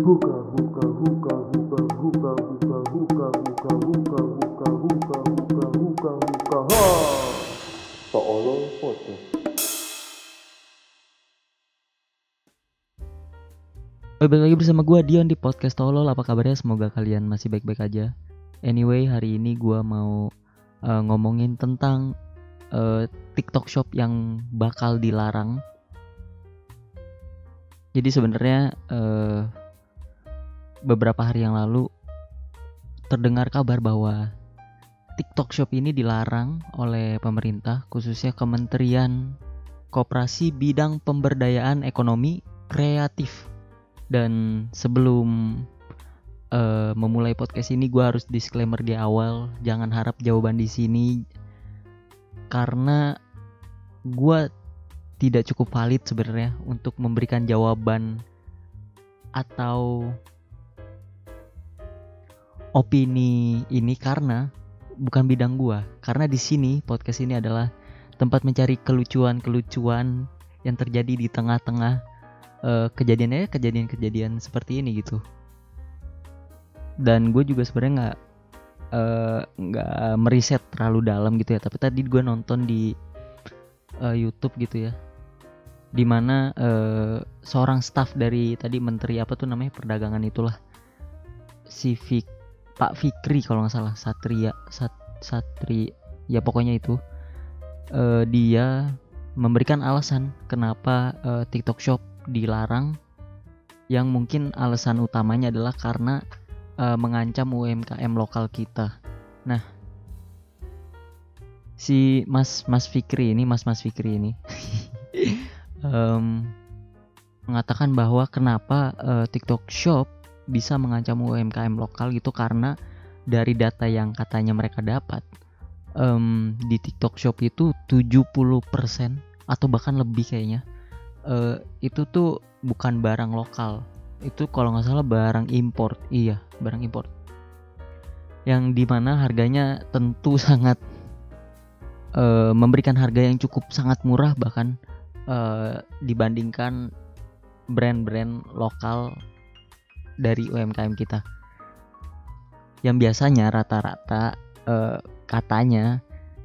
Tolol podcast. Balik lagi bersama gue Dion di podcast Tolol. Apa kabarnya? Semoga kalian masih baik-baik aja. Anyway, hari ini gue mau ngomongin tentang TikTok Shop yang bakal dilarang. Jadi sebenarnya beberapa hari yang lalu terdengar kabar bahwa TikTok Shop ini dilarang oleh pemerintah, khususnya Kementerian Koperasi Bidang Pemberdayaan Ekonomi Kreatif. Dan sebelum memulai podcast ini, gue harus disclaimer di awal, jangan harap jawaban di sini karena gue tidak cukup valid sebenarnya untuk memberikan jawaban atau opini ini karena bukan bidang gue. Karena di sini podcast ini adalah tempat mencari kelucuan-kelucuan yang terjadi di tengah-tengah kejadian-kejadian seperti ini gitu. Dan gue juga sebenarnya nggak meriset terlalu dalam gitu ya, tapi tadi gue nonton di YouTube gitu ya, dimana seorang staff dari tadi menteri apa tuh namanya perdagangan itulah, Pak Fikri kalau nggak salah, Satri ya pokoknya itu, dia memberikan alasan kenapa TikTok Shop dilarang, yang mungkin alasan utamanya adalah karena mengancam UMKM lokal kita. Nah, si Mas Fikri ini mengatakan bahwa kenapa TikTok Shop bisa mengancam UMKM lokal gitu, karena dari data yang katanya mereka dapat, di TikTok Shop itu 70% atau bahkan lebih kayaknya itu tuh bukan barang lokal. Itu kalau nggak salah barang import. Iya, barang import. Yang dimana harganya tentu sangat memberikan harga yang cukup sangat murah, bahkan dibandingkan brand-brand lokal dari UMKM kita. Yang biasanya rata-rata katanya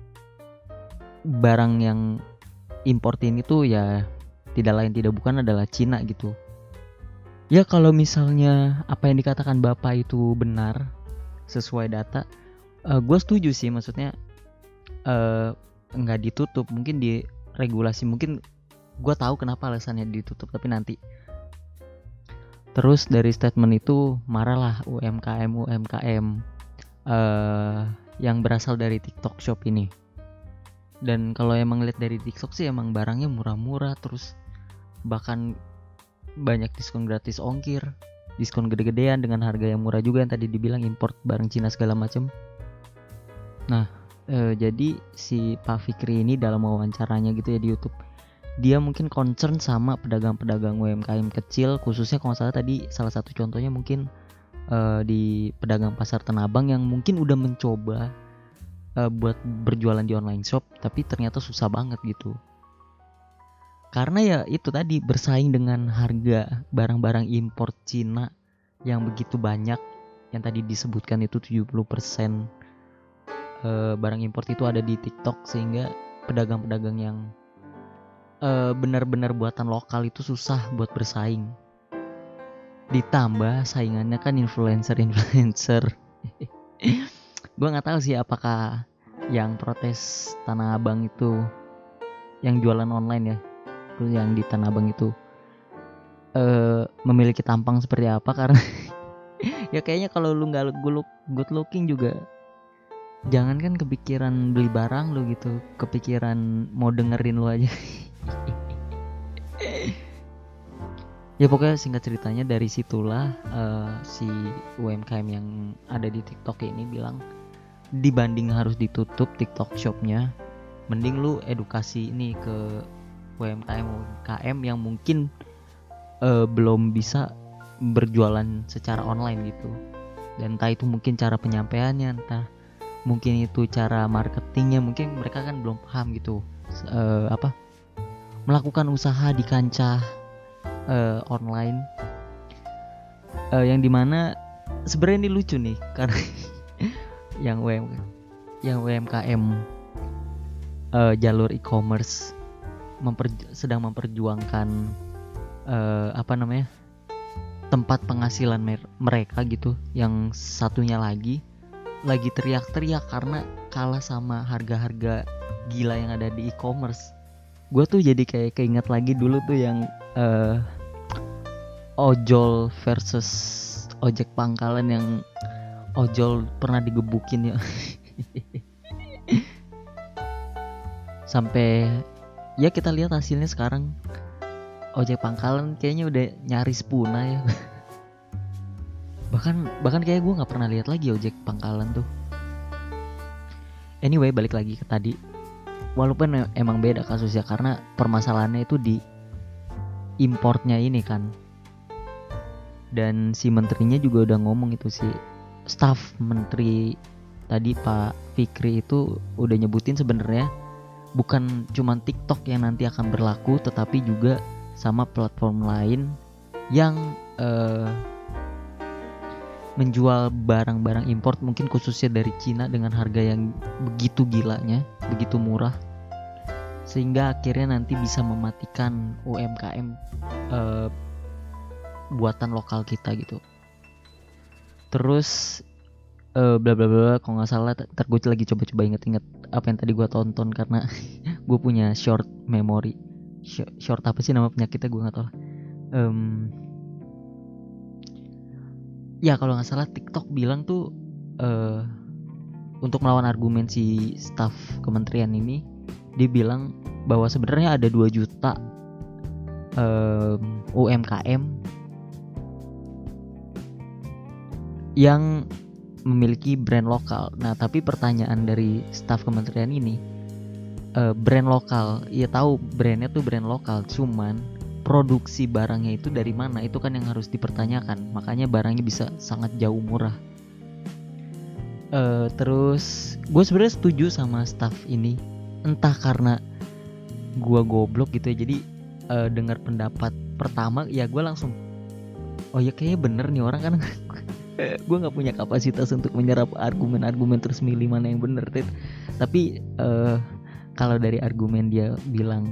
barang yang import ini tuh ya tidak lain tidak bukan adalah Cina gitu. Ya kalau misalnya apa yang dikatakan Bapak itu benar sesuai data, gue setuju sih. Maksudnya nggak ditutup, mungkin diregulasi. Mungkin gue tahu kenapa alasannya ditutup, tapi nanti. Terus dari statement itu marahlah UMKM yang berasal dari TikTok Shop ini. Dan kalau emang lihat dari TikTok sih emang barangnya murah-murah, terus bahkan banyak diskon gratis ongkir, diskon gede-gedean dengan harga yang murah juga, yang tadi dibilang import barang Cina segala macam. Nah, jadi si Pak Fikri ini dalam wawancaranya gitu ya di YouTube, dia mungkin concern sama pedagang-pedagang UMKM kecil, khususnya kalau salah tadi salah satu contohnya mungkin di pedagang pasar Tanah Abang yang mungkin udah mencoba buat berjualan di online shop, tapi ternyata susah banget gitu. Karena ya itu tadi, bersaing dengan harga barang-barang import Cina yang begitu banyak, yang tadi disebutkan itu 70% barang import itu ada di TikTok, sehingga pedagang-pedagang yang benar-benar buatan lokal itu susah buat bersaing. Ditambah saingannya kan influencer. Gue nggak tahu sih apakah yang protes Tanah Abang itu, yang jualan online ya, yang di Tanah Abang itu memiliki tampang seperti apa, karena ya kayaknya kalau lu nggak good looking juga jangan kan kepikiran beli barang lu gitu, kepikiran mau dengerin lu aja. Ya pokoknya singkat ceritanya dari situlah si UMKM yang ada di TikTok ini bilang, dibanding harus ditutup TikTok Shopnya, mending lu edukasi ini ke UMKM yang mungkin belum bisa berjualan secara online gitu. Dan entah itu mungkin cara penyampaiannya, entah mungkin itu cara marketingnya, mungkin mereka kan belum paham gitu melakukan usaha di kancah online. yang dimana sebenarnya ini lucu nih karena yang UMKM jalur e-commerce sedang memperjuangkan tempat penghasilan mereka gitu. Yang satunya lagi teriak-teriak karena kalah sama harga-harga gila yang ada di e-commerce. Gue tuh jadi kayak keinget lagi dulu tuh yang ojol versus ojek pangkalan, yang ojol pernah digebukin ya. Sampai ya kita lihat hasilnya sekarang, ojek pangkalan kayaknya udah nyaris punah ya. bahkan kayak gue nggak pernah lihat lagi ojek pangkalan tuh. Anyway, balik lagi ke tadi, walaupun emang beda kasusnya karena permasalahannya itu di importnya ini kan. Dan si menterinya juga udah ngomong, itu si staf menteri tadi Pak Fikri itu udah nyebutin sebenarnya bukan cuma TikTok yang nanti akan berlaku, tetapi juga sama platform lain yang menjual barang-barang import mungkin khususnya dari Cina dengan harga yang begitu gilanya, begitu murah, sehingga akhirnya nanti bisa mematikan UMKM buatan lokal kita gitu. Terus bla bla bla, kalau nggak salah ntar gue lagi coba inget-inget apa yang tadi gue tonton karena gue punya short memory. Short apa sih nama penyakitnya, gue nggak tahu. Ya kalau nggak salah TikTok bilang tuh untuk melawan argumen si staf kementerian ini, dia bilang bahwa sebenarnya ada 2 juta UMKM yang memiliki brand lokal. Nah tapi pertanyaan dari staf kementerian ini, brand lokal, ya tahu brandnya tuh brand lokal, cuman produksi barangnya itu dari mana, itu kan yang harus dipertanyakan. Makanya barangnya bisa sangat jauh murah. Terus gue sebenarnya setuju sama staff ini, entah karena gue goblok gitu ya, jadi dengar pendapat pertama ya gue langsung oh ya kayaknya bener nih orang kan. Gue nggak punya kapasitas untuk menyerap argumen terus milih mana yang bener. Tapi kalau dari argumen dia bilang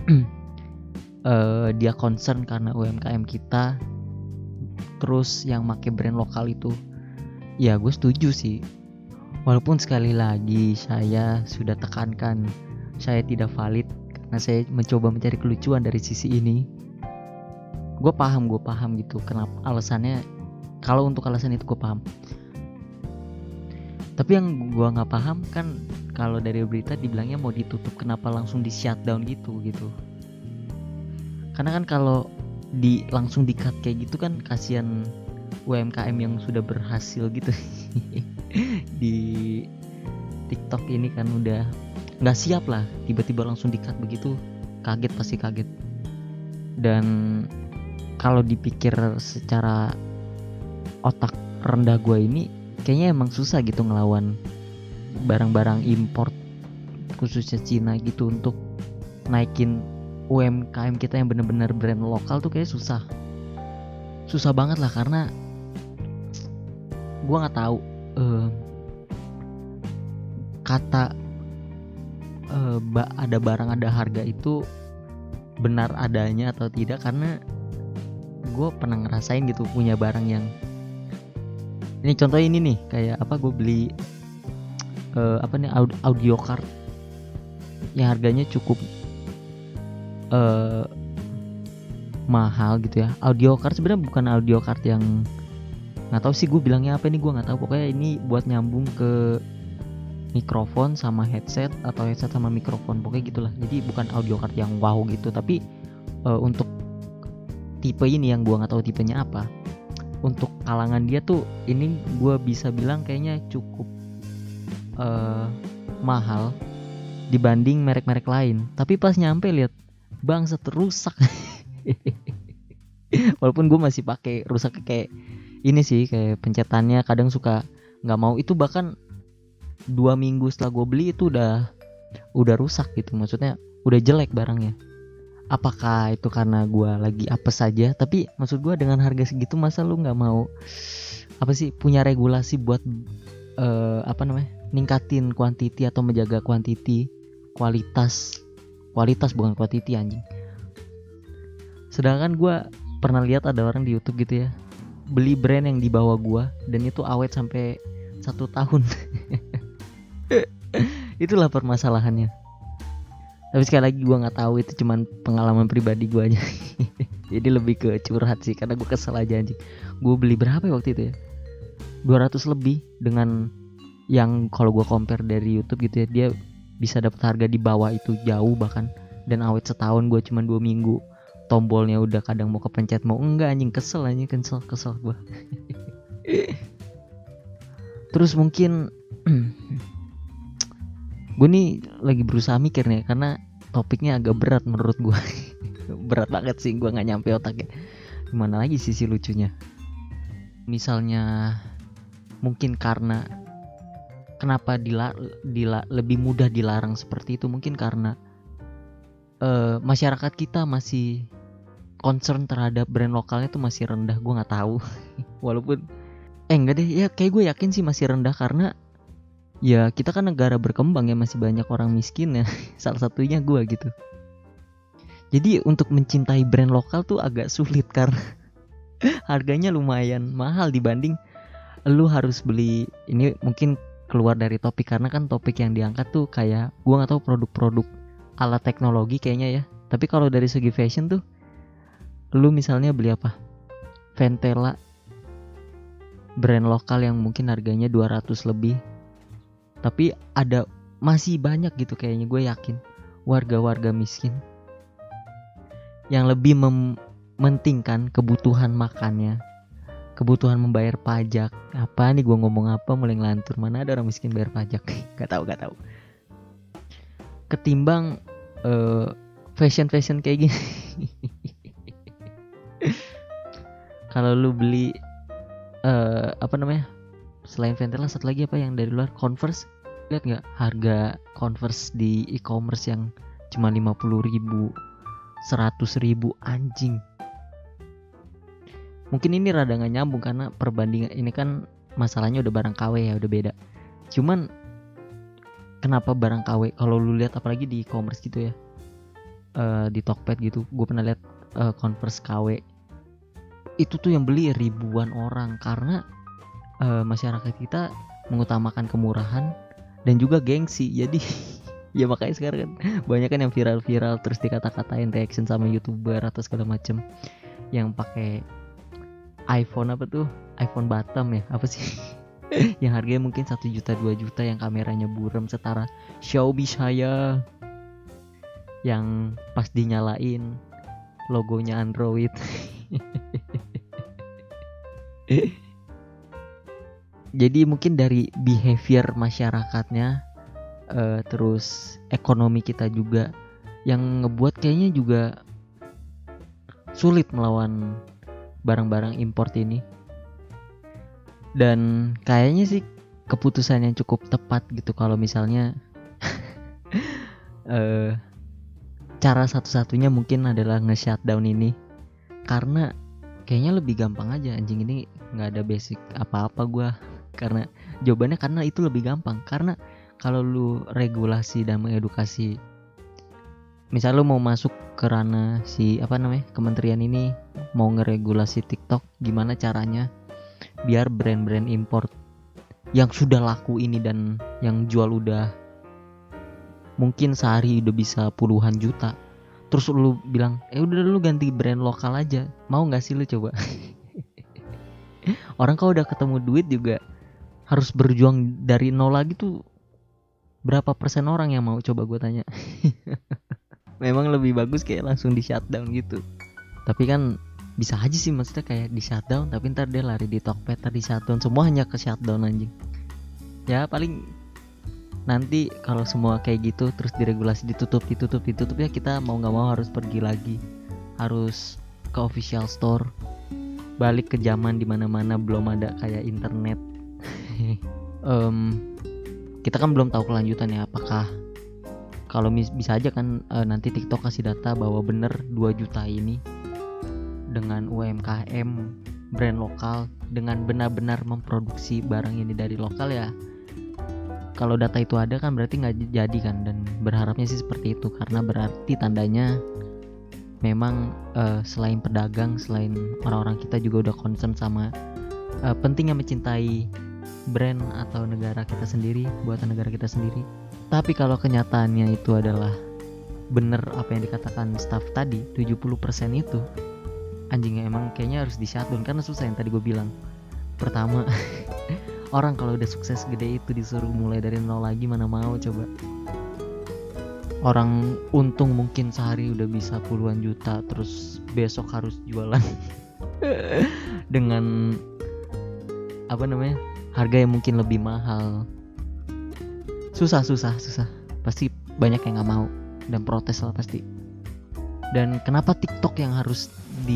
dia concern karena UMKM kita, terus yang make brand lokal itu, ya gue setuju sih. Walaupun sekali lagi saya sudah tekankan, saya tidak valid karena saya mencoba mencari kelucuan dari sisi ini. Gue paham gitu kenapa alasannya. Kalau untuk alasan itu gue paham. Tapi yang gue nggak paham kan, kalau dari berita dibilangnya mau ditutup, kenapa langsung di shutdown gitu. Karena kan kalau langsung di cut kayak gitu kan kasihan UMKM yang sudah berhasil gitu. Di TikTok ini kan udah nggak siap lah, tiba-tiba langsung di cut begitu, pasti kaget. Dan kalau dipikir secara otak rendah gue ini, kayaknya emang susah gitu ngelawan barang-barang import khususnya Cina gitu untuk naikin UMKM kita yang benar-benar brand lokal tuh kayak susah banget lah. Karena gue nggak tahu kata ada barang ada harga itu benar adanya atau tidak, karena gue pernah ngerasain gitu punya barang yang ini contoh ini nih, kayak gue beli audio card yang harganya cukup mahal gitu ya. Audio card sebenarnya bukan audio card yang nggak tahu sih gue bilangnya apa, ini gue nggak tahu, pokoknya ini buat nyambung ke mikrofon sama headset atau headset sama mikrofon, pokoknya gitulah. Jadi bukan audio card yang wow gitu, tapi untuk tipe ini yang gue nggak tahu tipenya apa, untuk kalangan dia tuh ini gue bisa bilang kayaknya cukup mahal dibanding merek-merek lain. Tapi pas nyampe lihat bangsat rusak. Walaupun gue masih pakai, rusak kayak ini sih, kayak pencetannya kadang suka nggak mau. Itu bahkan 2 minggu setelah gue beli itu udah rusak gitu, maksudnya udah jelek barangnya. apakah itu karena gue lagi apes saja, tapi maksud gue dengan harga segitu masa lu nggak mau apa sih punya regulasi buat ningkatin quantity atau menjaga kualitas bukan quantity anjing. Sedangkan gue pernah lihat ada orang di YouTube gitu ya, beli brand yang di bawah gue dan itu awet sampai 1 tahun. Itulah permasalahannya. Tapi sekali lagi gue nggak tahu, itu cuman pengalaman pribadi gue aja. Jadi lebih ke curhat sih, karena gue kesel aja anjing. Gue beli berapa ya waktu itu ya, 200 lebih, dengan yang kalau gue compare dari YouTube gitu ya, dia bisa dapat harga di bawah itu jauh bahkan, dan awet setahun. Gue cuman 2 minggu tombolnya udah kadang mau kepencet mau enggak anjing. Kesel gue. Terus mungkin gue nih lagi berusaha mikir nih, karena topiknya agak berat menurut gue. Berat banget sih, gue nggak nyampe otaknya. Gimana lagi sisi lucunya? Misalnya mungkin karena kenapa lebih mudah dilarang seperti itu, mungkin karena masyarakat kita masih concern terhadap brand lokalnya tuh masih rendah. Gue nggak tahu. Walaupun enggak deh ya, kayak gue yakin sih masih rendah, karena ya kita kan negara berkembang ya, masih banyak orang miskin ya. Salah satunya gue gitu. Jadi untuk mencintai brand lokal tuh agak sulit karena harganya lumayan mahal dibanding lu harus beli. Ini mungkin keluar dari topik, karena kan topik yang diangkat tuh kayak gue nggak tahu produk-produk alat teknologi kayaknya ya. Tapi kalau dari segi fashion tuh, lu misalnya beli apa? Ventela, brand lokal yang mungkin harganya 200 lebih, tapi ada masih banyak gitu kayaknya, gue yakin, warga-warga miskin yang lebih mementingkan kebutuhan makannya, kebutuhan membayar pajak. Apa nih gue ngomong apa, mulai ngelantur, mana ada orang miskin bayar pajak. Gak tahu ketimbang fashion kayak gini. Kalau lu beli selain Ventela, satu lagi apa yang dari luar, Converse. Lihat nggak harga Converse di e-commerce yang cuma 50.000, 100.000 anjing. Mungkin ini rada nggak nyambung karena perbandingan ini kan masalahnya udah barang KW ya, udah beda. Cuman kenapa barang KW, kalau lu lihat apalagi di e-commerce gitu ya, di Tokped gitu, gue pernah lihat Converse KW itu tuh yang beli ribuan orang, karena masyarakat kita mengutamakan kemurahan dan juga gengsi. Jadi ya makanya sekarang kan banyak kan yang viral terus dikata-katain reaction sama YouTuber atau segala macem yang pakai iPhone iPhone bottom ya, apa sih? Yang harganya mungkin 1 juta 2 juta, yang kameranya buram setara Xiaomi saya, yang pas dinyalain logonya Android. Jadi mungkin dari behavior masyarakatnya, terus ekonomi kita juga yang ngebuat kayaknya juga sulit melawan barang-barang import ini. Dan kayaknya sih keputusan yang cukup tepat gitu kalau misalnya cara satu-satunya mungkin adalah nge-shutdown ini, karena kayaknya lebih gampang aja anjing. Ini nggak ada basic apa-apa gue, karena jawabannya karena itu lebih gampang. Karena kalau lu regulasi dan mengedukasi, misal lu mau masuk ke ranah si kementerian ini mau ngeregulasi TikTok, gimana caranya biar brand-brand import yang sudah laku ini dan yang jual udah mungkin sehari udah bisa puluhan juta, terus lu bilang udah lu ganti brand lokal aja, mau nggak sih lu coba? Orang kalau udah ketemu duit juga harus berjuang dari nol lagi tuh, berapa persen orang yang mau, coba gue tanya? Memang lebih bagus kayak langsung di shutdown gitu. Tapi kan bisa aja sih, maksudnya kayak di shutdown tapi ntar dia lari di Tokped, tadi shutdown, semua hanya ke shutdown anjing. Ya paling nanti kalau semua kayak gitu terus diregulasi, ditutup ya, kita mau nggak mau harus pergi lagi, harus ke official store, balik ke zaman dimana belum ada kayak internet. Kita kan belum tahu kelanjutannya, apakah kalau bisa aja kan nanti TikTok kasih data bahwa bener 2 juta ini dengan UMKM brand lokal dengan benar-benar memproduksi barang ini dari lokal ya. Kalau data itu ada kan berarti nggak jadi kan, dan berharapnya sih seperti itu karena berarti tandanya memang selain pedagang, selain orang-orang kita juga udah concern sama pentingnya mencintai brand atau negara kita sendiri, buatan negara kita sendiri. Tapi kalau kenyataannya itu adalah bener apa yang dikatakan staff tadi, 70% itu anjingnya emang kayaknya harus di-shutdown karena susah yang tadi gue bilang. Pertama, orang kalau udah sukses gede itu disuruh mulai dari nol lagi mana mau coba. Orang untung mungkin sehari udah bisa puluhan juta, terus besok harus jualan dengan harga yang mungkin lebih mahal. Susah. Pasti banyak yang nggak mau dan protes lah pasti. Dan kenapa TikTok yang harus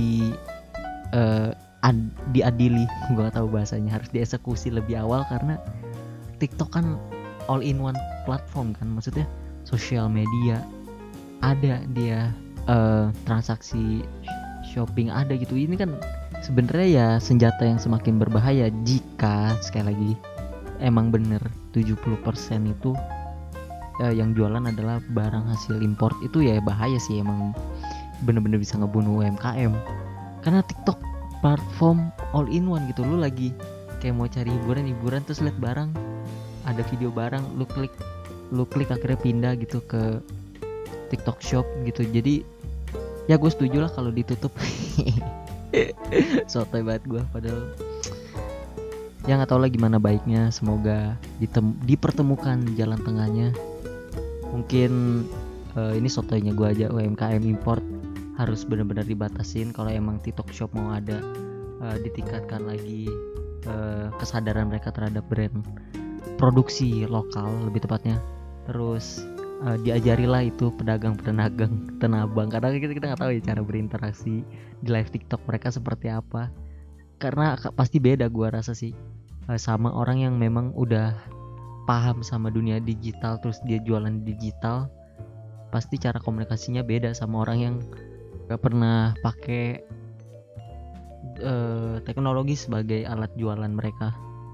diadili, gue gak tahu bahasanya, harus dieksekusi lebih awal karena TikTok kan all in one platform kan, maksudnya sosial media ada, dia transaksi shopping ada gitu. Ini kan sebenarnya ya senjata yang semakin berbahaya jika sekali lagi emang bener 70% itu yang jualan adalah barang hasil import. Itu ya bahaya sih, emang bener-bener bisa ngebunuh UMKM karena TikTok platform all in one gitu. Lu lagi kayak mau cari hiburan terus lihat barang, ada video barang, lu klik akhirnya pindah gitu ke TikTok Shop gitu. Jadi ya gue setuju lah kalau ditutup. Sotoy banget gue, padahal ya nggak tahu lah gimana baiknya. Semoga dipertemukan jalan tengahnya. Mungkin ini sotoynya gue aja, UMKM import harus benar-benar dibatasin. Kalau emang TikTok Shop mau ada, ditingkatkan lagi kesadaran mereka terhadap brand produksi lokal lebih tepatnya. Terus diajarilah itu pedagang tenabang, karena kita nggak tahu ya cara berinteraksi di live TikTok mereka seperti apa, karena pasti beda gua rasa sih sama orang yang memang udah paham sama dunia digital terus dia jualan digital. Pasti cara komunikasinya beda sama orang yang gak pernah pakai teknologi sebagai alat jualan mereka.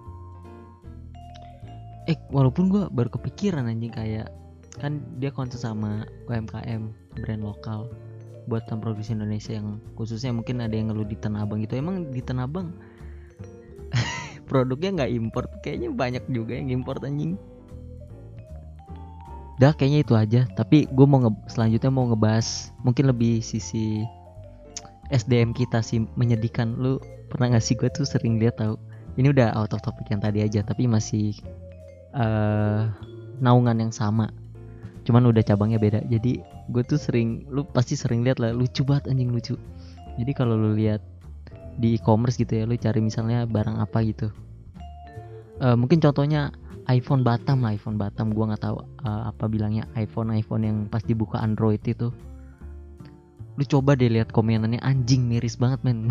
Walaupun gue baru kepikiran anjing, kayak kan dia konsen sama UMKM brand lokal buatan produksi Indonesia, yang khususnya mungkin ada yang ngeluh di Tanah Abang gitu. Emang di Tanah Abang produknya nggak import? Kayaknya banyak juga yang import anjing. Dah kayaknya itu aja. Tapi gue selanjutnya mau ngebahas mungkin lebih sisi SDM kita sih, menyedihkan. Lu pernah nggak sih, gue tuh sering lihat tahu. Ini udah out of topic yang tadi aja, tapi masih naungan yang sama, cuman udah cabangnya beda. Jadi gue tuh lu pasti sering lihat lah, lucu banget anjing, lucu. Jadi kalau lu lihat di e-commerce gitu ya, lu cari misalnya barang apa gitu, mungkin contohnya iPhone Batam, gue nggak tahu apa bilangnya, iPhone yang pas dibuka Android itu. Lu coba deh lihat komenannya, anjing miris banget men.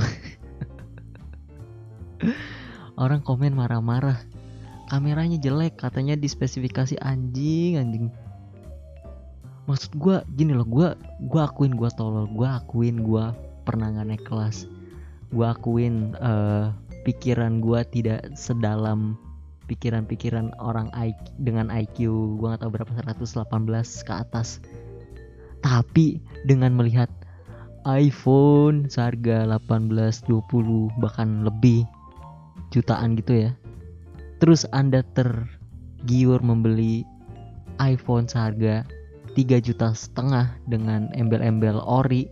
Orang komen marah-marah, kameranya jelek, katanya di spesifikasi anjing. Maksud gue gini loh, gue akuin gue tolol, gue akuin gue pernah nggak naik kelas, gue akuin pikiran gue tidak sedalam pikiran orang dengan IQ gue nggak tahu berapa, 118 ke atas. Tapi dengan melihat iPhone seharga 18, 20 bahkan lebih jutaan gitu ya, terus Anda tergiur membeli iPhone seharga 3,5 juta dengan embel-embel ori.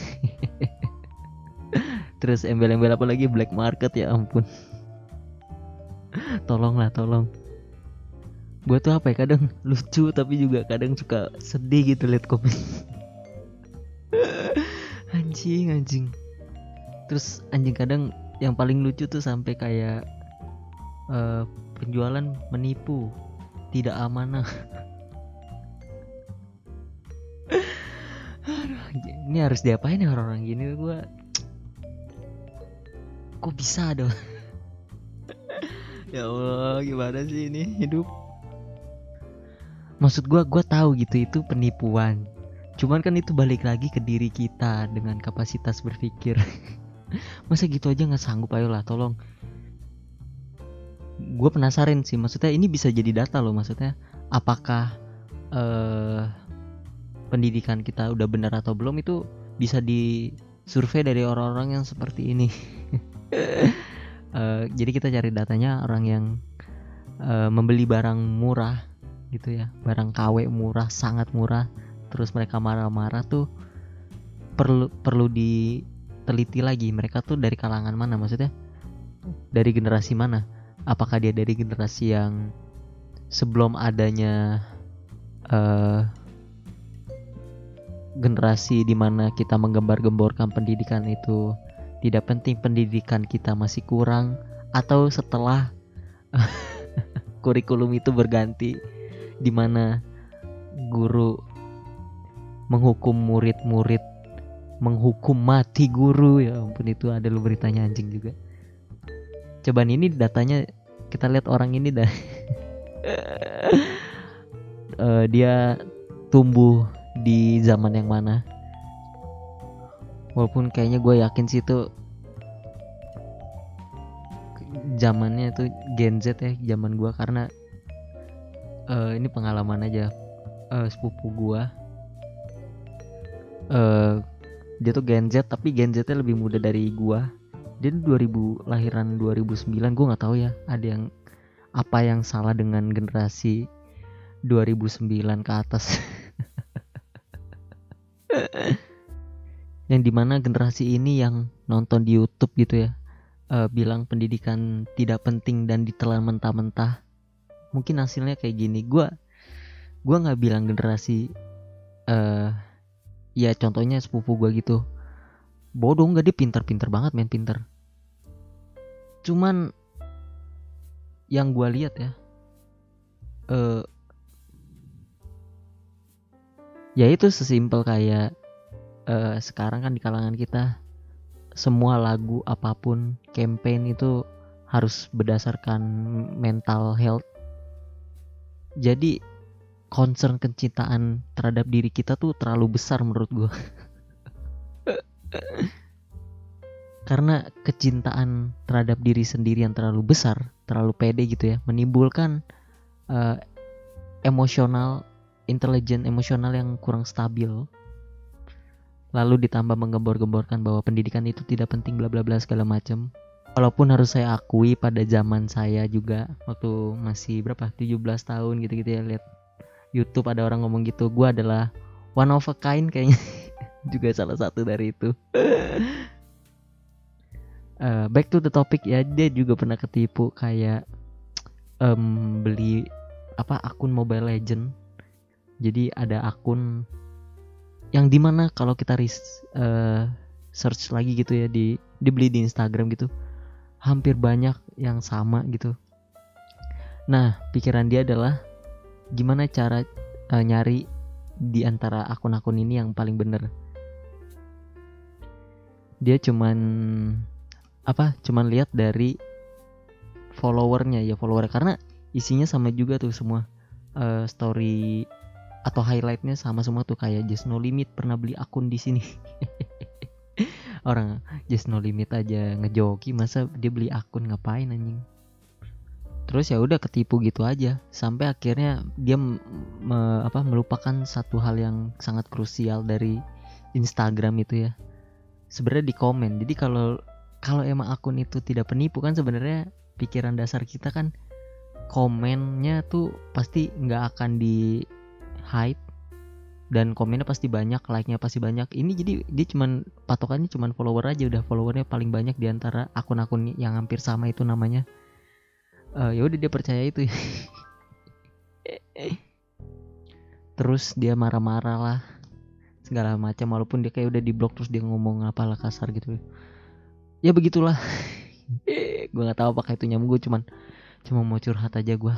Terus embel-embel apa lagi, black market, ya ampun. Tolong. Gue tuh apa ya, kadang lucu tapi juga kadang suka sedih gitu liat komen. anjing. Terus anjing kadang yang paling lucu tuh sampai kayak penjualan menipu, tidak amanah. Ini harus diapain ya orang-orang gini? Gue kok bisa dong. Ya Allah, gimana sih ini hidup? Maksud gue tahu gitu itu penipuan. Cuman kan itu balik lagi ke diri kita dengan kapasitas berpikir. Masa gitu aja nggak sanggup, ayolah tolong. Gue penasaran sih, maksudnya ini bisa jadi data loh, maksudnya apakah pendidikan kita udah benar atau belum itu bisa disurvei dari orang-orang yang seperti ini. Jadi kita cari datanya orang yang membeli barang murah gitu ya, barang KW murah, sangat murah, terus mereka marah-marah tuh perlu diteliti lagi mereka tuh dari kalangan mana, maksudnya dari generasi mana. Apakah dia dari generasi yang sebelum adanya generasi dimana kita menggembar-gemborkan pendidikan itu tidak penting, pendidikan kita masih kurang, atau setelah kurikulum itu berganti dimana guru menghukum murid-murid, menghukum mati guru. Ya ampun, itu ada lu beritanya anjing juga. Cobaan ini datanya kita lihat orang ini dah. Dia tumbuh di zaman yang mana, walaupun kayaknya gue yakin sih itu zamannya itu Gen Z ya, zaman gue, karena ini pengalaman aja. Sepupu gue dia tuh Gen Z, tapi Gen Z nya lebih muda dari gue. Dia 2000, lahiran 2009. Gue nggak tahu ya ada yang apa yang salah dengan generasi 2009 ke atas. Yang dimana generasi ini yang nonton di YouTube gitu ya, bilang pendidikan tidak penting dan ditelan mentah-mentah. Mungkin hasilnya kayak gini. Gue nggak bilang generasi ya contohnya sepupu gue gitu bodoh, nggak, dia pintar banget, main pintar. Cuman yang gue lihat ya, ya itu sesimpel kayak sekarang kan di kalangan kita semua lagu apapun campaign itu harus berdasarkan mental health. Jadi concern kecintaan terhadap diri kita tuh terlalu besar menurut gue. Karena kecintaan terhadap diri sendiri yang terlalu besar, terlalu pede gitu ya, menimbulkan emosional yang kurang stabil. Lalu ditambah menggembor-gemborkan bahwa pendidikan itu tidak penting bla bla bla segala macam. Walaupun harus saya akui pada zaman saya juga waktu masih 17 tahun gitu-gitu ya, lihat YouTube ada orang ngomong gitu, gue adalah one of a kind kayaknya. Juga salah satu dari itu. Back to the topic ya, dia juga pernah ketipu kayak beli akun Mobile Legend. Jadi ada akun yang dimana kalau kita search lagi gitu ya, dibeli di Instagram gitu, hampir banyak yang sama gitu. Nah pikiran dia adalah gimana cara nyari di antara akun-akun ini yang paling bener. Dia cuman lihat dari followernya ya, karena isinya sama juga tuh semua, story atau highlightnya sama semua tuh, kayak Just No Limit pernah beli akun di sini. Orang Just No Limit aja ngejoki, masa dia beli akun, ngapain anjing. Terus ya udah ketipu gitu aja, sampai akhirnya dia melupakan satu hal yang sangat krusial dari Instagram itu ya, sebenarnya di komen. Jadi kalau emang akun itu tidak penipu kan, sebenarnya pikiran dasar kita kan komennya tuh pasti nggak akan di hide, dan komennya pasti banyak, like-nya pasti banyak. Ini jadi dia cuman patokannya cuman follower aja, udah followernya paling banyak di antara akun-akun yang hampir sama itu namanya. Ya udah dia percaya itu. Terus dia marah-marah lah segala macam, walaupun dia kayak udah di blok, terus dia ngomong apalah kasar gitu. Ya begitulah. Gue nggak tahu apakah itu nyambung, gue cuma mau curhat aja gue.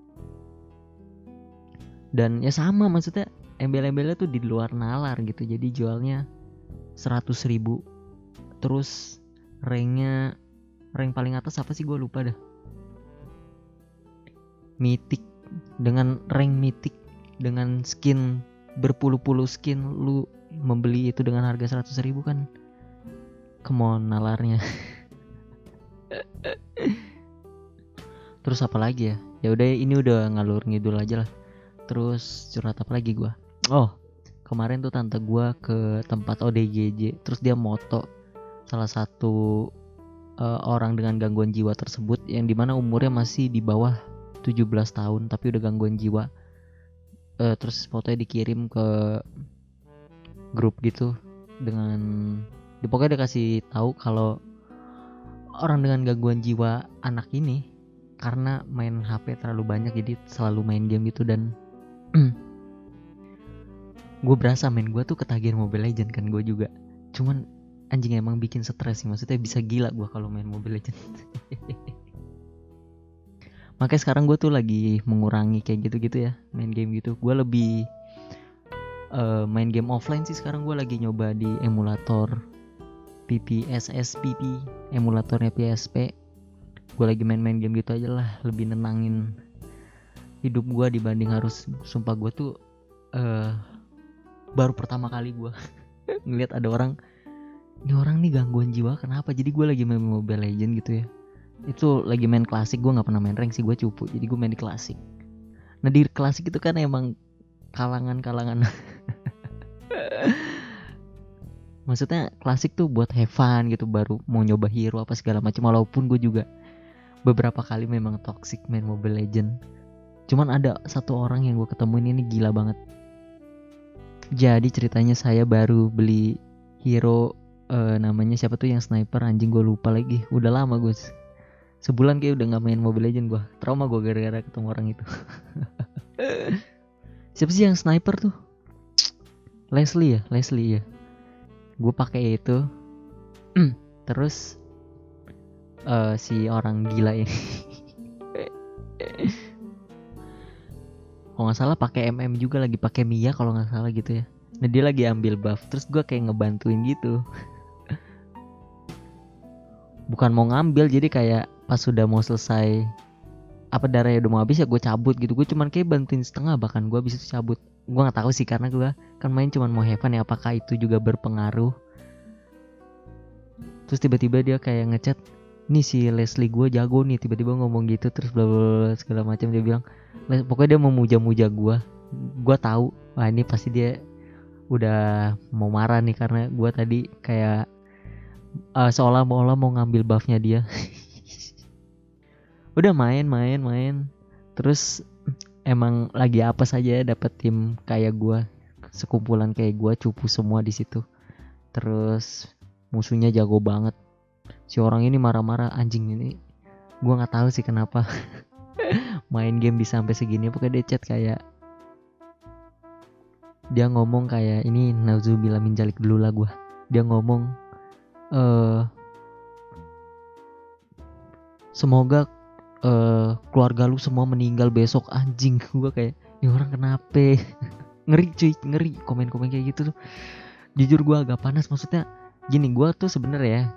Dan ya sama, maksudnya embel-embelnya tuh di luar nalar gitu, jadi jualnya 100.000. Terus rank paling atas apa sih, gue lupa dah. Mythic, dengan rank mythic dengan skin berpuluh-puluh skin, lu membeli itu dengan harga 100.000 kan. Come on nalarnya. Terus apa lagi ya? Ya udah, ini udah ngalur ngidul aja lah. Terus curhat apa lagi gua? Oh, kemarin tuh tante gua ke tempat ODGJ, terus dia moto salah satu orang dengan gangguan jiwa tersebut, yang dimana umurnya masih di bawah 17 tahun tapi udah gangguan jiwa. Terus fotonya dikirim ke grup gitu, dengan pokoknya dia kasih tahu kalau orang dengan gangguan jiwa anak ini karena main HP terlalu banyak, jadi selalu main game gitu. Dan gue berasa gue tuh ketagihan Mobile Legend kan, gue juga. Cuman anjing emang bikin stres sih, maksudnya bisa gila gue kalau main Mobile Legend. Makanya sekarang gue tuh lagi mengurangi kayak gitu-gitu ya, main game gitu. Gue lebih main game offline sih sekarang. Gue lagi nyoba di emulator PPSSPP, emulatornya PSP. Gue lagi main-main game gitu aja lah, lebih nenangin hidup gue dibanding harus. Sumpah gue tuh baru pertama kali gue ngeliat ada orang, ini orang nih gangguan jiwa kenapa. Jadi gue lagi main Mobile Legend gitu ya, itu lagi main klasik. Gue nggak pernah main rank sih, gue cupu, jadi gue main di klasik. Nah di klasik itu kan emang kalangan maksudnya klasik tuh buat have fun gitu, baru mau nyoba hero apa segala macam. Walaupun gue juga beberapa kali memang toxic main Mobile Legend, cuman ada satu orang yang gue ketemuin ini gila banget. Jadi ceritanya saya baru beli hero, namanya siapa tuh yang sniper, anjing gue lupa lagi. Udah lama gue, sebulan kayak udah gak main Mobile Legend. Gue trauma gue gara-gara ketemu orang itu. Siapa sih yang sniper tuh? Leslie ya. Gue pakai itu. Terus si orang gila ini kalau nggak salah pakai MM juga, lagi pakai Mia kalau nggak salah gitu ya. Nah dia lagi ambil buff, terus gue kayak ngebantuin gitu. Bukan mau ngambil, jadi kayak pas sudah mau selesai, apa darahnya udah mau habis ya gue cabut gitu. Gue cuman kayak bantuin setengah, bahkan gue habis itu cabut. Gue nggak tahu sih, karena gue kan main cuman mau have fun ya, apakah itu juga berpengaruh. Terus tiba-tiba dia kayak ngechat, nih si Leslie gue jago nih, tiba-tiba ngomong gitu. Terus bla bla bla segala macam. Dia bilang, pokoknya dia memuja-muja gue. Gue tahu, wah ini pasti dia udah mau marah nih, karena gue tadi kayak seolah-olah mau ngambil buffnya dia. Udah main. Terus emang lagi apa saja dapat tim kayak gue, sekumpulan kayak gue, cupu semua di situ. Terus musuhnya jago banget. Si orang ini marah-marah, anjing ini gue nggak tahu sih kenapa main game bisa sampai segini. Pokoknya dia chat kayak, dia ngomong kayak ini, nauzubillah min dzalik dulu lah gue. Dia ngomong semoga keluarga lu semua meninggal besok. Anjing, gue kayak, ini orang kenapa? Ngeri cuy, ngeri komen-komen kayak gitu tuh. Jujur gue agak panas. Maksudnya gini, gue tuh sebenarnya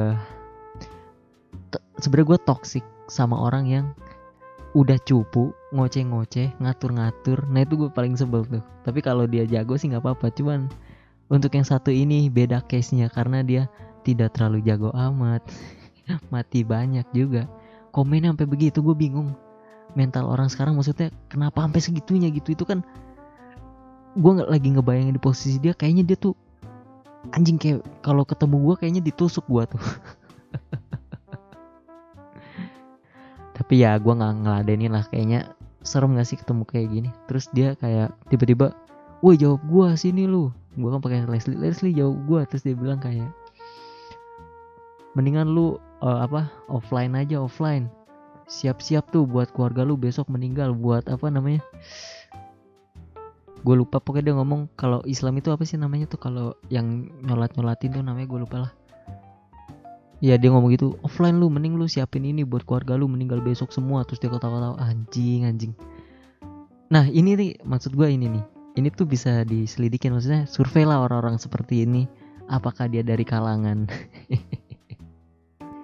sebenarnya gue toxic sama orang yang udah cupu, ngoceh-ngoceh, ngatur-ngatur. Nah itu gue paling sebel tuh. Tapi kalau dia jago sih nggak apa-apa. Cuman untuk yang satu ini beda case-nya, karena dia tidak terlalu jago amat. Mati banyak juga. Komennya sampai begitu, gue bingung. Mental orang sekarang maksudnya kenapa sampai segitunya gitu. Itu kan gue lagi ngebayangin di posisi dia, kayaknya dia tuh anjing, kayak kalau ketemu gue kayaknya ditusuk gue tuh. Tapi ya gue nggak ngeladenin lah, kayaknya serem nggak sih ketemu kayak gini. Terus dia kayak tiba-tiba, woi jawab gue sini lu. Gue kan pakai Leslie jawab gue. Terus dia bilang kayak, mendingan lu offline aja, offline. Siap-siap tuh buat keluarga lu besok meninggal, buat apa namanya? Gue lupa, pokoknya dia ngomong kalau Islam itu apa sih namanya tuh, kalau yang nyolatin tuh namanya gue lupa lah. Ya dia ngomong gitu, offline lu, mending lu siapin ini buat keluarga lu meninggal besok semua. Terus dia ketawa-tawa, anjing. Nah ini nih maksud gue, ini tuh bisa diselidikin. Maksudnya survei lah orang-orang seperti ini, apakah dia dari kalangan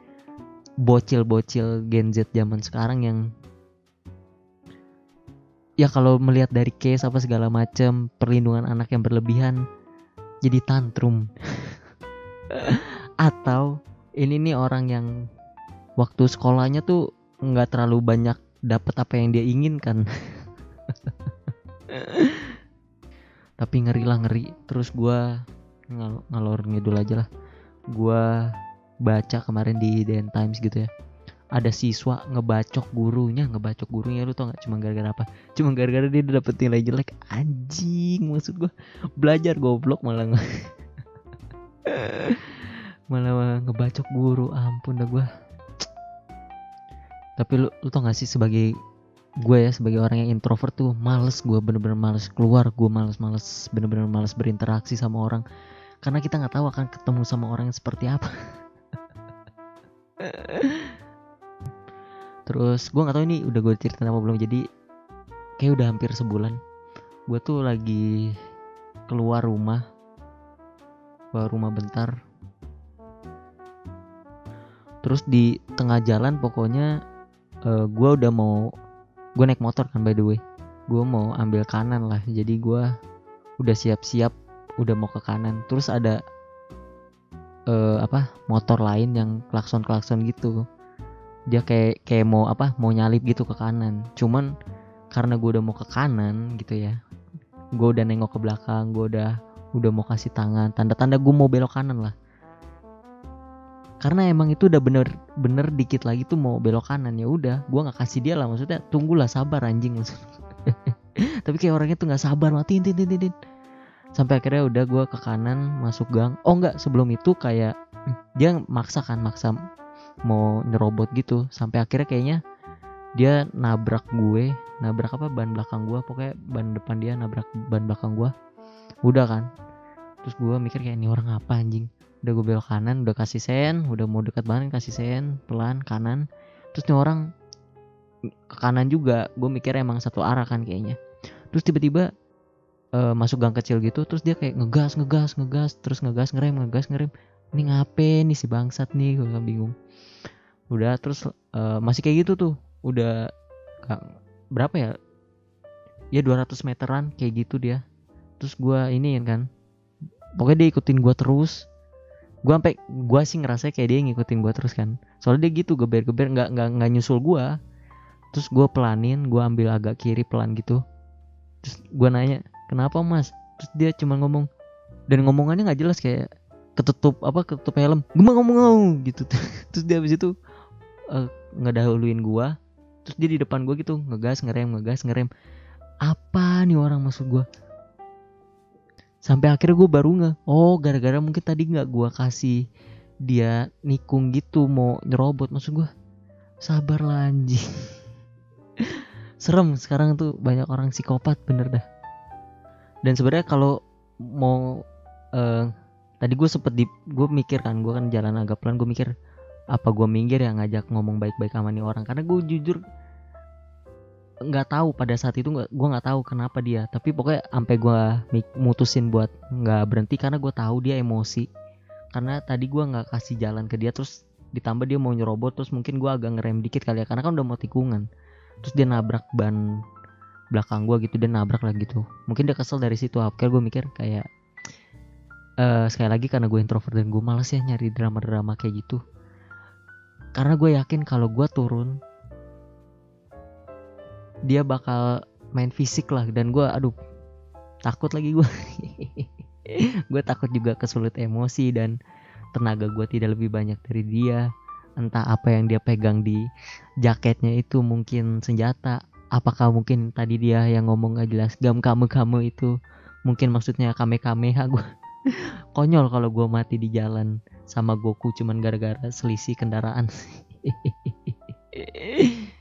bocil-bocil Gen Z zaman sekarang yang ya kalau melihat dari case apa segala macam perlindungan anak yang berlebihan jadi tantrum. Atau ini nih orang yang waktu sekolahnya tuh nggak terlalu banyak dapat apa yang dia inginkan. Tapi ngeri. Terus gue ngalor ngidul aja lah. Gue baca kemarin di DN Times gitu ya, ada siswa ngebacok gurunya. Lu tau gak cuma gara-gara apa? Cuma gara-gara dia dapet nilai jelek. Anjing, maksud gue belajar goblok malah malah ngebacok guru. Ampun dah gue. Tapi lu tau gak sih, sebagai gue ya, sebagai orang yang introvert tuh males, gue bener-bener males keluar, gue bener-bener males berinteraksi sama orang, karena kita nggak tahu akan ketemu sama orang yang seperti apa. Terus gue nggak tahu ini udah gue ceritain apa belum, jadi kayak udah hampir sebulan gue tuh lagi keluar rumah bentar. Terus di tengah jalan pokoknya gue naik motor kan, by the way. Gue mau ambil kanan lah, jadi gue udah siap-siap, udah mau ke kanan. Terus ada motor lain yang klakson gitu. Dia kayak mau nyalip gitu ke kanan. Cuman karena gue udah mau ke kanan gitu ya, gue udah nengok ke belakang, gue udah mau kasih tangan, tanda-tanda gue mau belok kanan lah. Karena emang itu udah bener dikit lagi tuh mau belok kanan, ya udah gue nggak kasih dia lah, maksudnya tunggulah, sabar anjing maksudnya. Tapi kayak orangnya tuh nggak sabar, tin. Sampai akhirnya udah gue ke kanan masuk gang. Oh enggak, sebelum itu kayak dia maksa mau nyerobot gitu. Sampai akhirnya kayaknya dia nabrak ban belakang gue, pokoknya ban depan dia nabrak ban belakang gue. Udah kan, terus gue mikir kayak ini orang apa anjing. Udah gue belok kanan, udah kasih sen, udah mau dekat banget kasih sen, pelan kanan. Terus nih orang ke kanan juga, gue mikir emang satu arah kan kayaknya. Terus tiba-tiba masuk gang kecil gitu, terus dia kayak ngegas, terus ngerem. Ini ngapain nih si bangsat nih, gue bingung. Udah terus masih kayak gitu tuh, udah berapa ya? Ya 200 meteran kayak gitu dia. Terus gue iniin kan, pokoknya dia ikutin gue terus. Gue sih ngerasa kayak dia ngikutin gue terus kan, soalnya dia gitu geber nggak nyusul gue. Terus gue pelanin, gue ambil agak kiri pelan gitu. Terus gue nanya, kenapa mas? Terus dia cuma ngomong, dan ngomongannya nggak jelas, kayak ketutup helm, gue mau ngomong gitu. Terus dia habis itu ngedahuluin gue. Terus dia di depan gue gitu, ngegas ngerem. Apa nih orang, maksud gue? Sampai akhirnya gue baru oh gara-gara mungkin tadi nggak gue kasih dia nikung gitu mau nyerobot, maksud gue. Sabar lah anjing. Serem sekarang tuh, banyak orang psikopat bener dah. Dan sebenarnya kalau mau tadi gue gue mikir kan, gue kan jalan agak pelan, gue mikir apa gue minggir ya ngajak ngomong baik-baik sama nih orang, karena gue jujur nggak tahu pada saat itu, gue nggak tahu kenapa dia, tapi pokoknya sampai gue mutusin buat nggak berhenti karena gue tahu dia emosi. Karena tadi gue nggak kasih jalan ke dia, terus ditambah dia mau nyerobot, terus mungkin gue agak ngerem dikit kali ya, karena kan udah mau tikungan. Terus dia nabrak ban belakang gue gitu, dia nabrak lah gitu. Mungkin dia kesel dari situ. Akhirnya gue mikir kayak sekali lagi karena gue introvert dan gue malas ya nyari drama-drama kayak gitu. Karena gue yakin kalau gue turun, dia bakal main fisik lah, dan gue takut lagi gue. Gue takut juga kesulit emosi, dan tenaga gue tidak lebih banyak dari dia. Entah apa yang dia pegang di jaketnya itu, mungkin senjata. Apakah mungkin tadi dia yang ngomong gak jelas, kamu itu mungkin maksudnya kamehameha. Gue konyol kalau gue mati di jalan sama Goku cuman gara-gara selisih kendaraan.